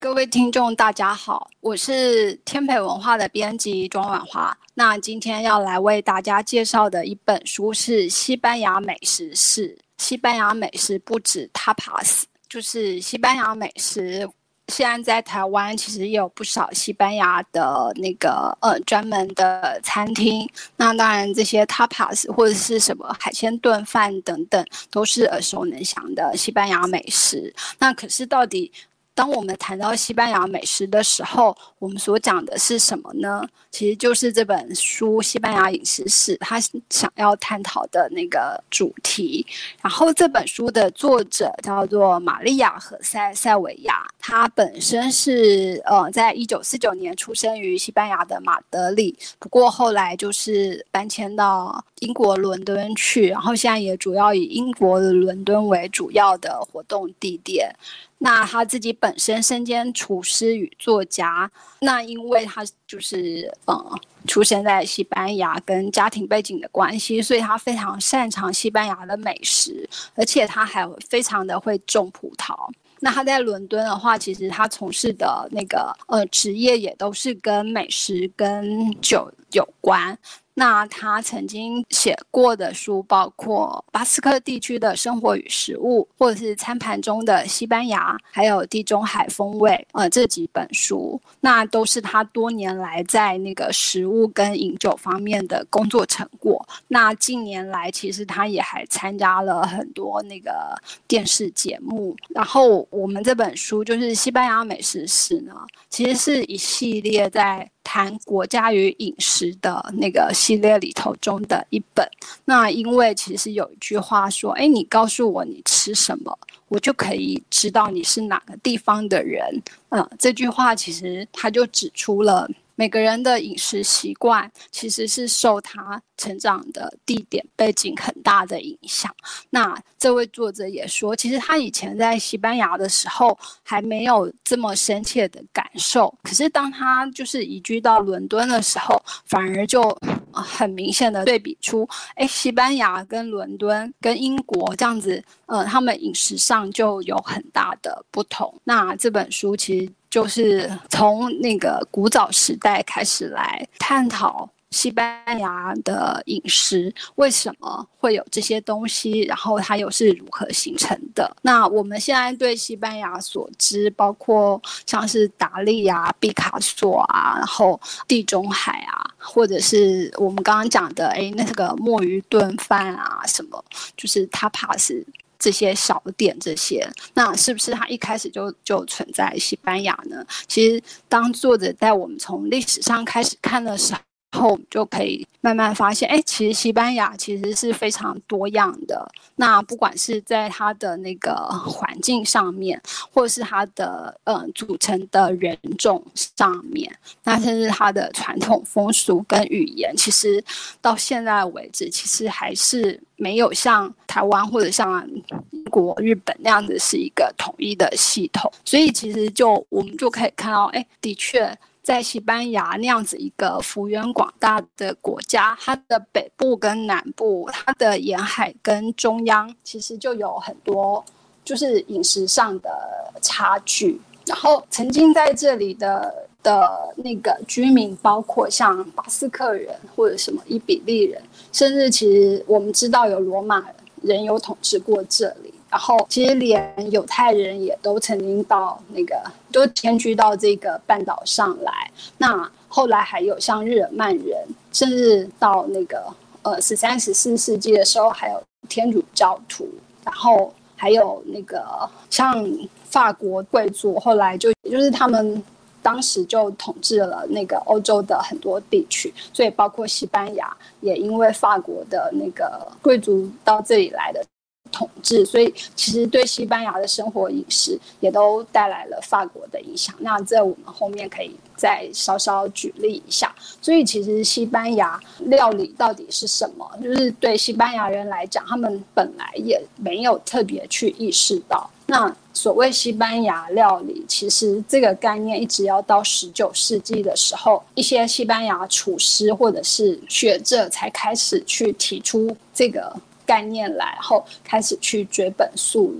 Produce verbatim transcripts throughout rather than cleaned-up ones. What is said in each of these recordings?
各位听众大家好，我是天培文化的编辑庄婉华。那今天要来为大家介绍的一本书是西班牙美食史。西班牙美食不止 tapas， 就是西班牙美食现在在台湾其实也有不少西班牙的那个呃专门的餐厅，那当然这些 tapas 或者是什么海鲜炖饭等等都是耳熟能详的西班牙美食。那可是到底当我们谈到西班牙美食的时候，我们所讲的是什么呢？其实就是这本书《西班牙饮食史》他想要探讨的那个主题。然后这本书的作者叫做玛利亚·何塞·塞维亚，他本身是呃在一九四九年出生于西班牙的马德里，不过后来就是搬迁到英国伦敦去，然后现在也主要以英国的伦敦为主要的活动地点。那他自己本身身兼厨师与作家，那因为他就是呃出生在西班牙跟家庭背景的关系，所以他非常擅长西班牙的美食，而且他还非常的会种葡萄。那他在伦敦的话，其实他从事的那个呃职业也都是跟美食跟酒有关。那他曾经写过的书包括巴斯克地区的生活与食物，或者是餐盘中的西班牙，还有地中海风味呃这几本书，那都是他多年来在那个食物跟饮酒方面的工作成果。那近年来其实他也还参加了很多那个电视节目。然后我们这本书就是西班牙美食史呢，其实是一系列在谈国家与饮食的那个系列里头中的一本。那因为其实有一句话说，哎，你告诉我你吃什么，我就可以知道你是哪个地方的人。嗯，这句话其实他就指出了每个人的饮食习惯其实是受他成长的地点背景很大的影响。那这位作者也说，其实他以前在西班牙的时候还没有这么深切的感受，可是当他就是移居到伦敦的时候，反而就很明显的对比出，哎，西班牙跟伦敦跟英国这样子，呃，他们饮食上就有很大的不同。那这本书其实就是从那个古早时代开始来探讨西班牙的饮食为什么会有这些东西，然后它又是如何形成的。那我们现在对西班牙所知，包括像是达利啊、毕卡索啊，然后地中海啊，或者是我们刚刚讲的哎那个墨鱼炖饭啊，什么就是 tapas这些小点，这些那是不是它一开始就就存在西班牙呢？其实当作者在我们从历史上开始看的时候，后我们就可以慢慢发现，哎，其实西班牙其实是非常多样的。那不管是在它的那个环境上面，或者是它的呃组成的人种上面，那甚至它的传统风俗跟语言，其实到现在为止，其实还是没有像台湾或者像英国、日本那样子是一个统一的系统。所以其实就我们就可以看到，哎，的确。在西班牙那样子一个幅员广大的国家，它的北部跟南部，它的沿海跟中央，其实就有很多就是饮食上的差距。然后曾经在这里的的那个居民，包括像巴斯克人或者什么伊比利人，甚至其实我们知道有罗马人有统治过这里。然后其实连犹太人也都曾经到那个都迁居到这个半岛上来。那后来还有像日耳曼人，甚至到那个呃十三十四世纪的时候还有天主教徒，然后还有那个像法国贵族，后来就就是他们当时就统治了那个欧洲的很多地区，所以包括西班牙也因为法国的那个贵族到这里来的统治，所以其实对西班牙的生活饮食也都带来了法国的影响。那这我们后面可以再稍稍举例一下。所以其实西班牙料理到底是什么，就是对西班牙人来讲，他们本来也没有特别去意识到。那所谓西班牙料理，其实这个概念一直要到十九世纪的时候，一些西班牙厨师或者是学者才开始去提出这个概念来，然后开始去追本溯源。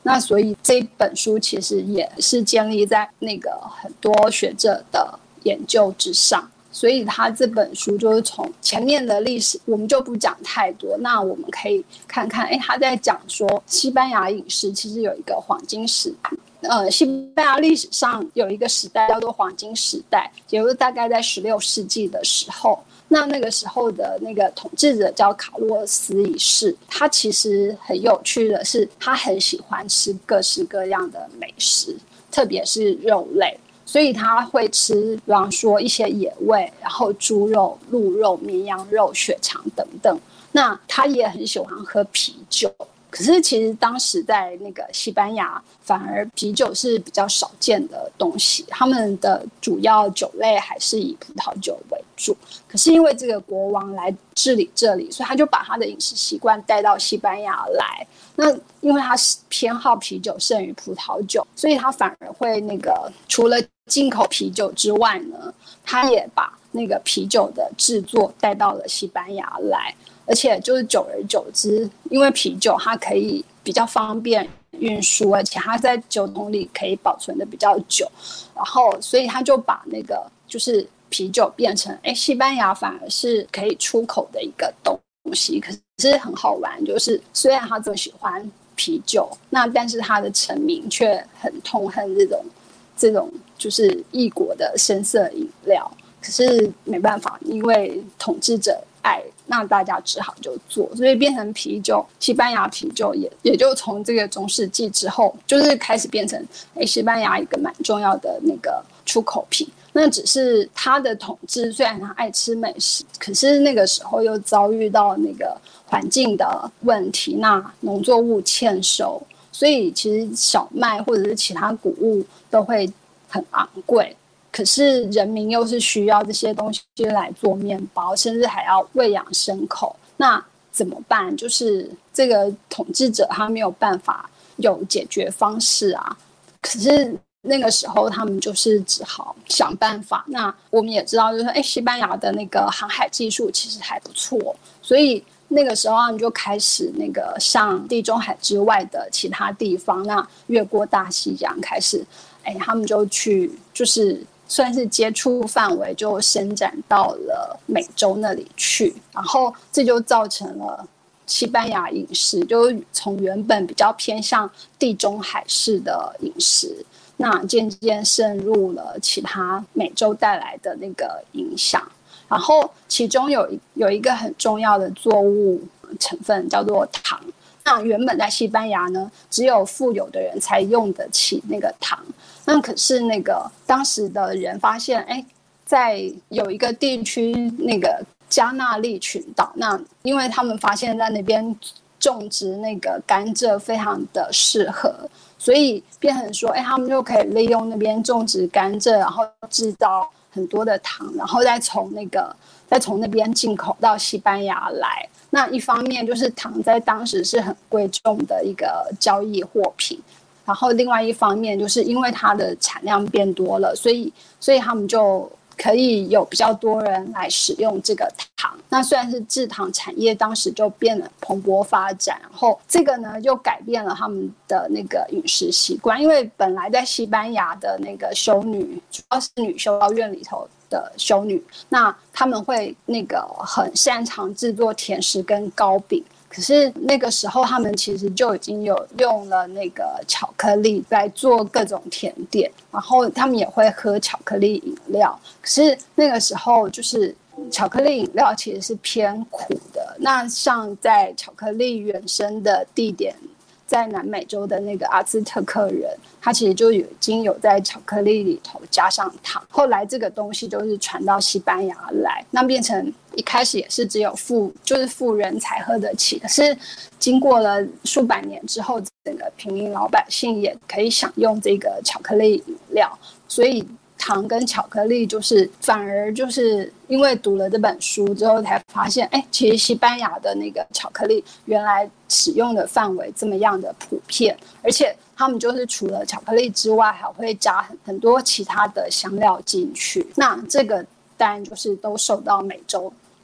那所以这本书其实也是建立在那个很多学者的研究之上，所以他这本书就是从前面的历史我们就不讲太多，那我们可以看看，哎，他在讲说西班牙饮食其实有一个黄金时代。呃，西班牙历史上有一个时代叫做黄金时代，也就是大概在十六世纪的时候。那那个时候的那个统治者叫卡洛斯一世，他其实很有趣的是，他很喜欢吃各式各样的美食，特别是肉类，所以他会吃，比方说一些野味，然后猪肉、鹿肉、绵羊肉、血肠等等。那他也很喜欢喝啤酒。可是其实当时在那个西班牙，反而啤酒是比较少见的东西，他们的主要酒类还是以葡萄酒为主。可是因为这个国王来治理这里，所以他就把他的饮食习惯带到西班牙来。那因为他偏好啤酒胜于葡萄酒，所以他反而会那个除了进口啤酒之外呢，他也把那个啤酒的制作带到了西班牙来。而且就是久而久之，因为啤酒它可以比较方便运输，而且它在酒桶里可以保存的比较久，然后所以他就把那个就是啤酒变成，哎，西班牙反而是可以出口的一个东西。可是很好玩，就是虽然他这么喜欢啤酒，那但是他的臣民却很痛恨这种这种就是异国的深色饮料。可是没办法，因为统治者爱，那大家只好就做，所以变成啤酒。西班牙啤酒也也就从这个中世纪之后，就是开始变成哎西班牙一个蛮重要的那个出口品。那只是他的统治，虽然他爱吃美食，可是那个时候又遭遇到那个环境的问题，那农作物欠收，所以其实小麦或者是其他谷物都会很昂贵。可是人民又是需要这些东西来做面包，甚至还要喂养牲口，那怎么办？就是这个统治者他没有办法有解决方式啊。可是那个时候他们就是只好想办法。那我们也知道，就是哎，西班牙的那个航海技术其实还不错，所以那个时候他们就开始那个向地中海之外的其他地方，那越过大西洋开始，哎，他们就去就是。算是接触范围就伸展到了美洲那里去，然后这就造成了西班牙饮食就从原本比较偏向地中海式的饮食，那渐渐渗入了其他美洲带来的那个影响。然后其中有有一个很重要的作物成分叫做糖。那原本在西班牙呢，只有富有的人才用得起那个糖。那可是那个当时的人发现，哎，在有一个地区那个加纳利群岛，那因为他们发现在那边种植那个甘蔗非常的适合，所以变成说，哎，他们就可以利用那边种植甘蔗，然后制造很多的糖，然后再从那个再从那边进口到西班牙来。那一方面就是糖在当时是很贵重的一个交易货品，然后另外一方面就是因为它的产量变多了，所以所以他们就可以有比较多人来使用这个糖。那虽然是制糖产业当时就变得蓬勃发展，然后这个呢就改变了他们的那个饮食习惯，因为本来在西班牙的那个修女主要是女修道院里头的修女，那他们会那个很擅长制作甜食跟糕饼。可是那个时候他们其实就已经有用了那个巧克力来做各种甜点，然后他们也会喝巧克力饮料。可是那个时候就是巧克力饮料其实是偏苦的，那像在巧克力原生的地点，在南美洲的那个阿兹特克人，他其实就已经有在巧克力里头加上糖。后来这个东西就是传到西班牙来，那变成一开始也是只有富就是富人才喝得起，可是经过了数百年之后，整个平民老百姓也可以享用这个巧克力饮料。所以糖跟巧克力就是反而就是因为读了这本书之后才发现，哎，其实西班牙的那个巧克力原来使用的范围这么样的普遍，而且他们就是除了巧克力之外还会加很很多其他的香料进去。那这个当然就是都受到美洲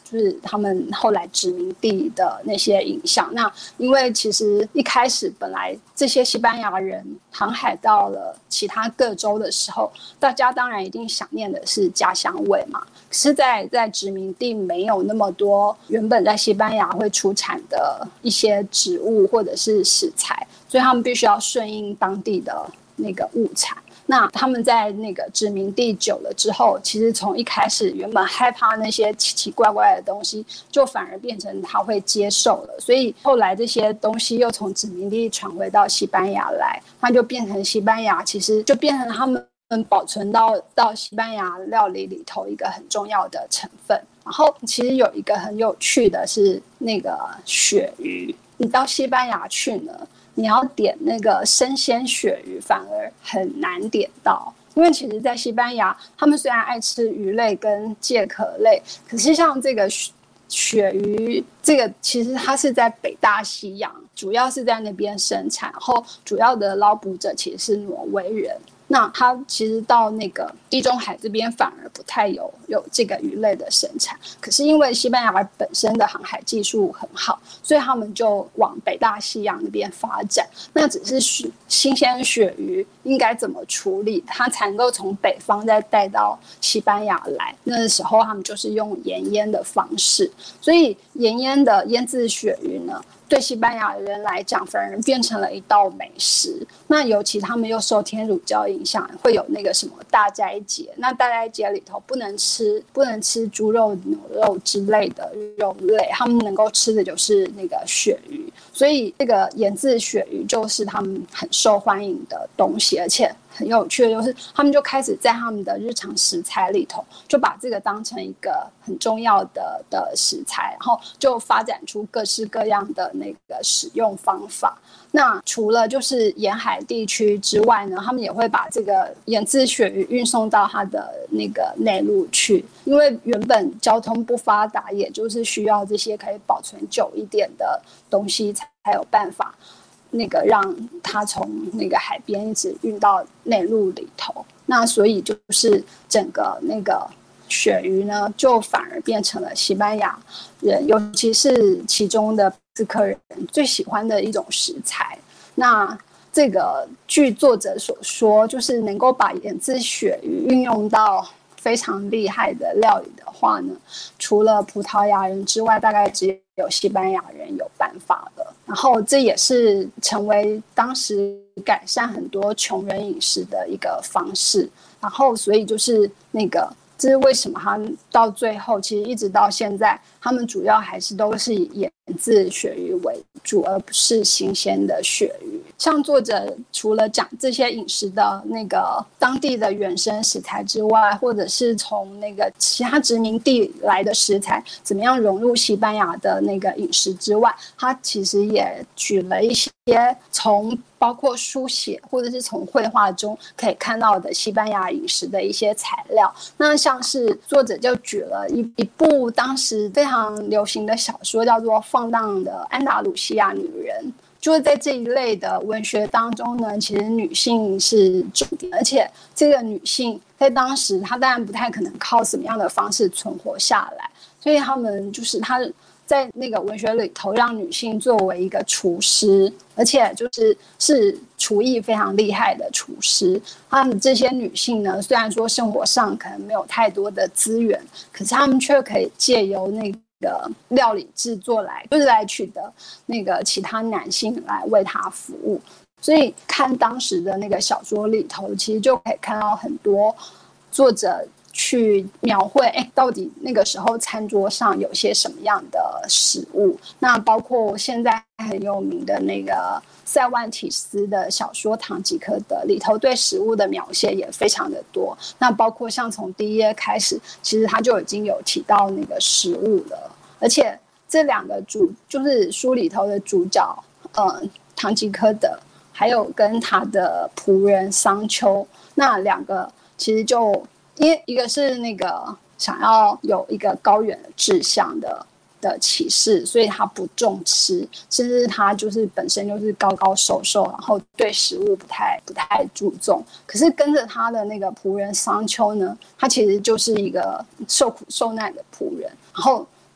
就是他们后来殖民地的那些影响。那因为其实一开始本来这些西班牙人航海到了其他各州的时候，大家当然一定想念的是家乡味嘛。可是在在殖民地没有那么多原本在西班牙会出产的一些植物或者是食材，所以他们必须要顺应当地的那个物产。那他们在那个殖民地久了之后，其实从一开始原本害怕那些奇奇怪怪的东西，就反而变成他会接受了。所以后来这些东西又从殖民地传回到西班牙来，那就变成西班牙其实就变成他们保存到到西班牙料理里头一个很重要的成分。然后其实有一个很有趣的是那个鳕鱼，你到西班牙去呢，你要点那个生鲜鳕鱼反而很难点到，因为其实在西班牙他们虽然爱吃鱼类跟介壳类，可是像这个鳕鱼这个其实它是在北大西洋，主要是在那边生产，然后主要的捞捕者其实是挪威人。那它其实到那个地中海这边反而不太有有这个鱼类的生产，可是因为西班牙本身的航海技术很好，所以他们就往北大西洋那边发展。那只是新鲜鳕鱼应该怎么处理，它才能够从北方再带到西班牙来。那时候他们就是用盐腌的方式，所以盐腌的腌制鳕鱼呢，对西班牙人来讲反而变成了一道美食。那尤其他们又受天主教影响，会有那个什么大斋节，那大斋节里头不能吃不能吃猪肉牛肉之类的肉类，他们能够吃的就是那个鳕鱼，所以这个腌制鳕鱼就是他们很受欢迎的东西。而且很有趣的就是他们就开始在他们的日常食材里头就把这个当成一个很重要的的食材，然后就发展出各式各样的那个使用方法。那除了就是沿海地区之外呢，他们也会把这个腌制鳕鱼运送到它的那个内陆去，因为原本交通不发达，也就是需要这些可以保存久一点的东西才有办法那个让它从那个海边一直运到内陆里头。那所以就是整个那个鳕鱼呢，就反而变成了西班牙人，尤其是其中的巴斯克人最喜欢的一种食材。那这个据作者所说，就是能够把腌制鳕鱼运用到非常厉害的料理的话呢，除了葡萄牙人之外，大概只有西班牙人有办法了。然后这也是成为当时改善很多穷人饮食的一个方式。然后所以就是那个这是为什么他们到最后其实一直到现在，他们主要还是都是以腌制鳕鱼为主，而不是新鲜的鳕鱼。像作者除了讲这些饮食的那个当地的原生食材之外，或者是从那个其他殖民地来的食材怎么样融入西班牙的那个饮食之外，他其实也举了一些从包括书写或者是从绘画中可以看到的西班牙饮食的一些材料。那像是作者就举了一一部当时非常流行的小说，叫做《放荡的安达鲁西亚女人》。就是在这一类的文学当中呢，其实女性是重点，而且这个女性在当时她当然不太可能靠什么样的方式存活下来，所以他们就是她在那个文学里头让女性作为一个厨师，而且就是是厨艺非常厉害的厨师。他们这些女性呢，虽然说生活上可能没有太多的资源，可是他们却可以借由那个个料理制作来，就是来取得那个其他男性来为他服务。所以看当时的那个小说里头，其实就可以看到很多作者去描绘，哎，到底那个时候餐桌上有些什么样的食物。那包括现在很有名的那个塞万提斯的小说《堂吉诃德》里头，对食物的描写也非常的多。那包括像从第一页开始，其实他就已经有提到那个食物了。而且这两个主就是书里头的主角，呃，堂吉诃德，还有跟他的仆人桑丘，那两个其实就因为一个是那个想要有一个高远的志向的的骑士，所以他不重吃，甚至他就是本身就是高高瘦瘦，然后对食物不太不太注重。可是跟着他的那个仆人桑丘呢，他其实就是一个受苦受难的仆人，然后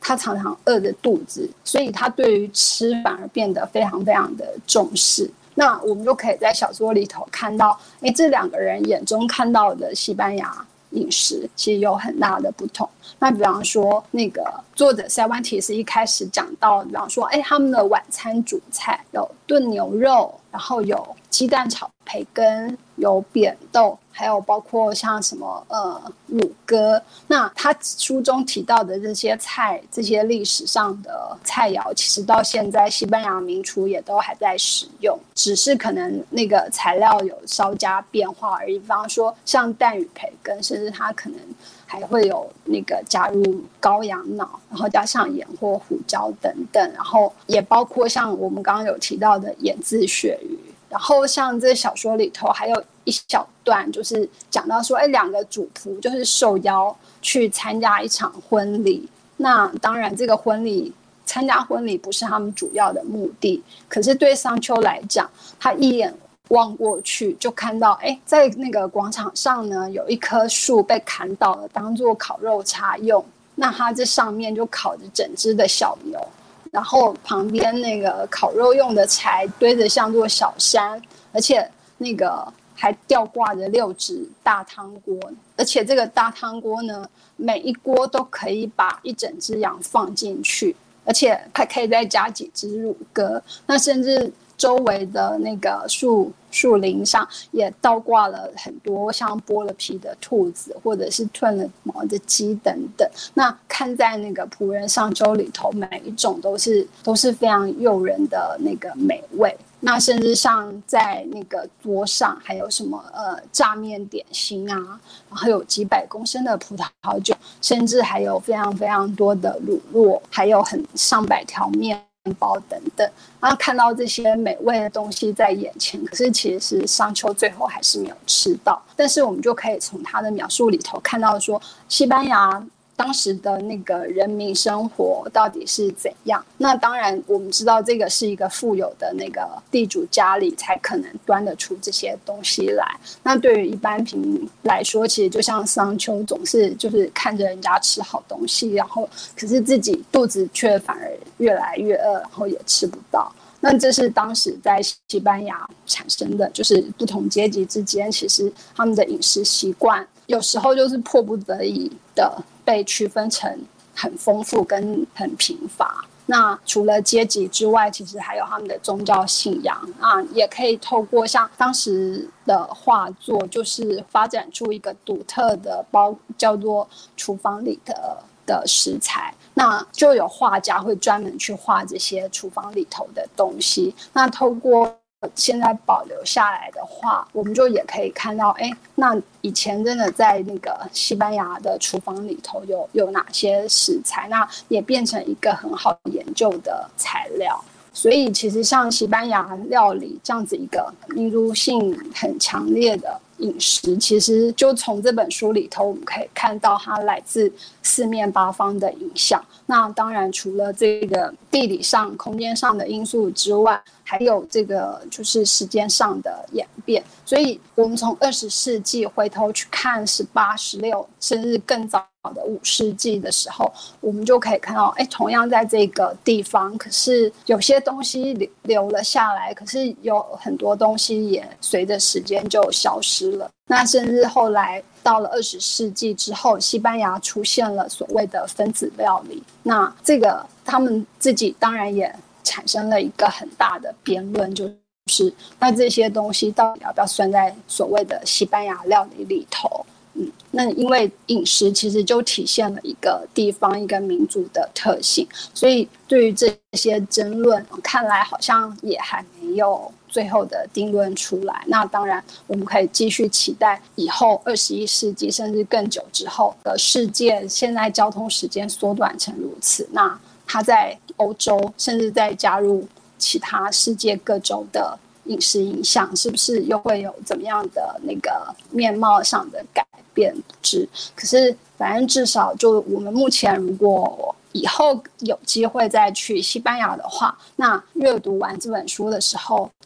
他常常饿着肚子，所以他对于吃反而变得非常非常的重视。那我们就可以在小说里头看到，哎，这两个人眼中看到的西班牙饮食其实有很大的不同。那比方说，那个作者塞万提斯一开始讲到，比方说，哎，他们的晚餐主菜有炖牛肉，然后有鸡蛋炒培根，有扁豆，还有包括像什么呃乳鸽。那他书中提到的这些菜，这些历史上的菜肴，其实到现在西班牙名厨也都还在使用，只是可能那个材料有稍加变化而已。比方说像蛋与培根，甚至它可能还会有那个加入羔羊脑，然后加上盐或胡椒等等，然后也包括像我们刚刚有提到的盐渍鳕鱼。然后像这小说里头还有一小段，就是讲到说，哎，两个主仆就是受邀去参加一场婚礼。那当然，这个婚礼参加婚礼不是他们主要的目的，可是对桑丘来讲，他一眼望过去就看到，哎，在那个广场上呢，有一棵树被砍倒了，当做烤肉叉用。那它这上面就烤着整只的小牛。然后旁边那个烤肉用的柴堆着像座小山，而且那个还吊挂着六只大汤锅，而且这个大汤锅呢，每一锅都可以把一整只羊放进去，而且还可以再加几只乳鸽。那甚至周围的那个树树林上也倒挂了很多像剥了皮的兔子，或者是褪了毛的鸡等等。那看在那个仆人上丘里头，每一种都是都是非常诱人的那个美味。那甚至像在那个桌上还有什么呃炸面点心啊，然后有几百公升的葡萄酒，甚至还有非常非常多的乳酪，还有很上百条面包等等。然后看到这些美味的东西在眼前，可是其实桑丘最后还是没有吃到。但是我们就可以从他的描述里头看到说，西班牙当时的那个人民生活到底是怎样。那当然我们知道这个是一个富有的那个地主家里才可能端得出这些东西来。那对于一般平民来说，其实就像桑丘总是就是看着人家吃好东西，然后可是自己肚子却反而越来越饿，然后也吃不到。那这是当时在西班牙产生的，就是不同阶级之间其实他们的饮食习惯有时候就是迫不得已的被区分成很丰富跟很贫乏。那除了阶级之外，其实还有他们的宗教信仰啊，也可以透过像当时的画作，就是发展出一个独特的包，叫做厨房里的的食材。那就有画家会专门去画这些厨房里头的东西。那透过现在保留下来的话，我们就也可以看到，哎，那以前真的在那个西班牙的厨房里头有有哪些食材，那也变成一个很好研究的材料。所以其实像西班牙料理这样子一个民族性很强烈的饮食，其实就从这本书里头我们可以看到它来自四面八方的影响。那当然除了这个地理上空间上的因素之外，还有这个就是时间上的演变。所以我们从二十世纪回头去看十八、十六甚至更早的五世纪的时候，我们就可以看到，哎，同样在这个地方，可是有些东西留了下来，可是有很多东西也随着时间就消失了。那甚至后来到了二十世纪之后，西班牙出现了所谓的分子料理，那这个他们自己当然也产生了一个很大的辩论，就是那这些东西到底要不要算在所谓的西班牙料理里头。嗯，那因为饮食其实就体现了一个地方一个民族的特性，所以对于这些争论看来好像也还没有最后的定论出来。那当然我们可以继续期待以后二十一世纪甚至更久之后的世界，现在交通时间缩短成如此，那它在欧洲甚至在加入其他世界各州的饮食影响，是不是又会有怎么样的那个面貌上的改变之？可是反正至少就我们目前如果以后有机会再去西班牙的话，那阅读完这本书的时候，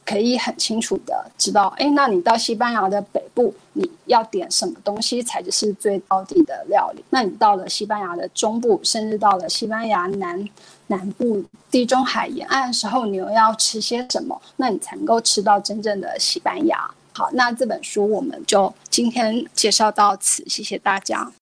可以很清楚的知道，哎，那你到西班牙的北部，你要点什么东西才是最道地的料理？那你到了西班牙的中部，甚至到了西班牙南南部地中海沿岸的时候，你又要吃些什么？那你才能够吃到真正的西班牙。好，那这本书我们就今天介绍到此，谢谢大家。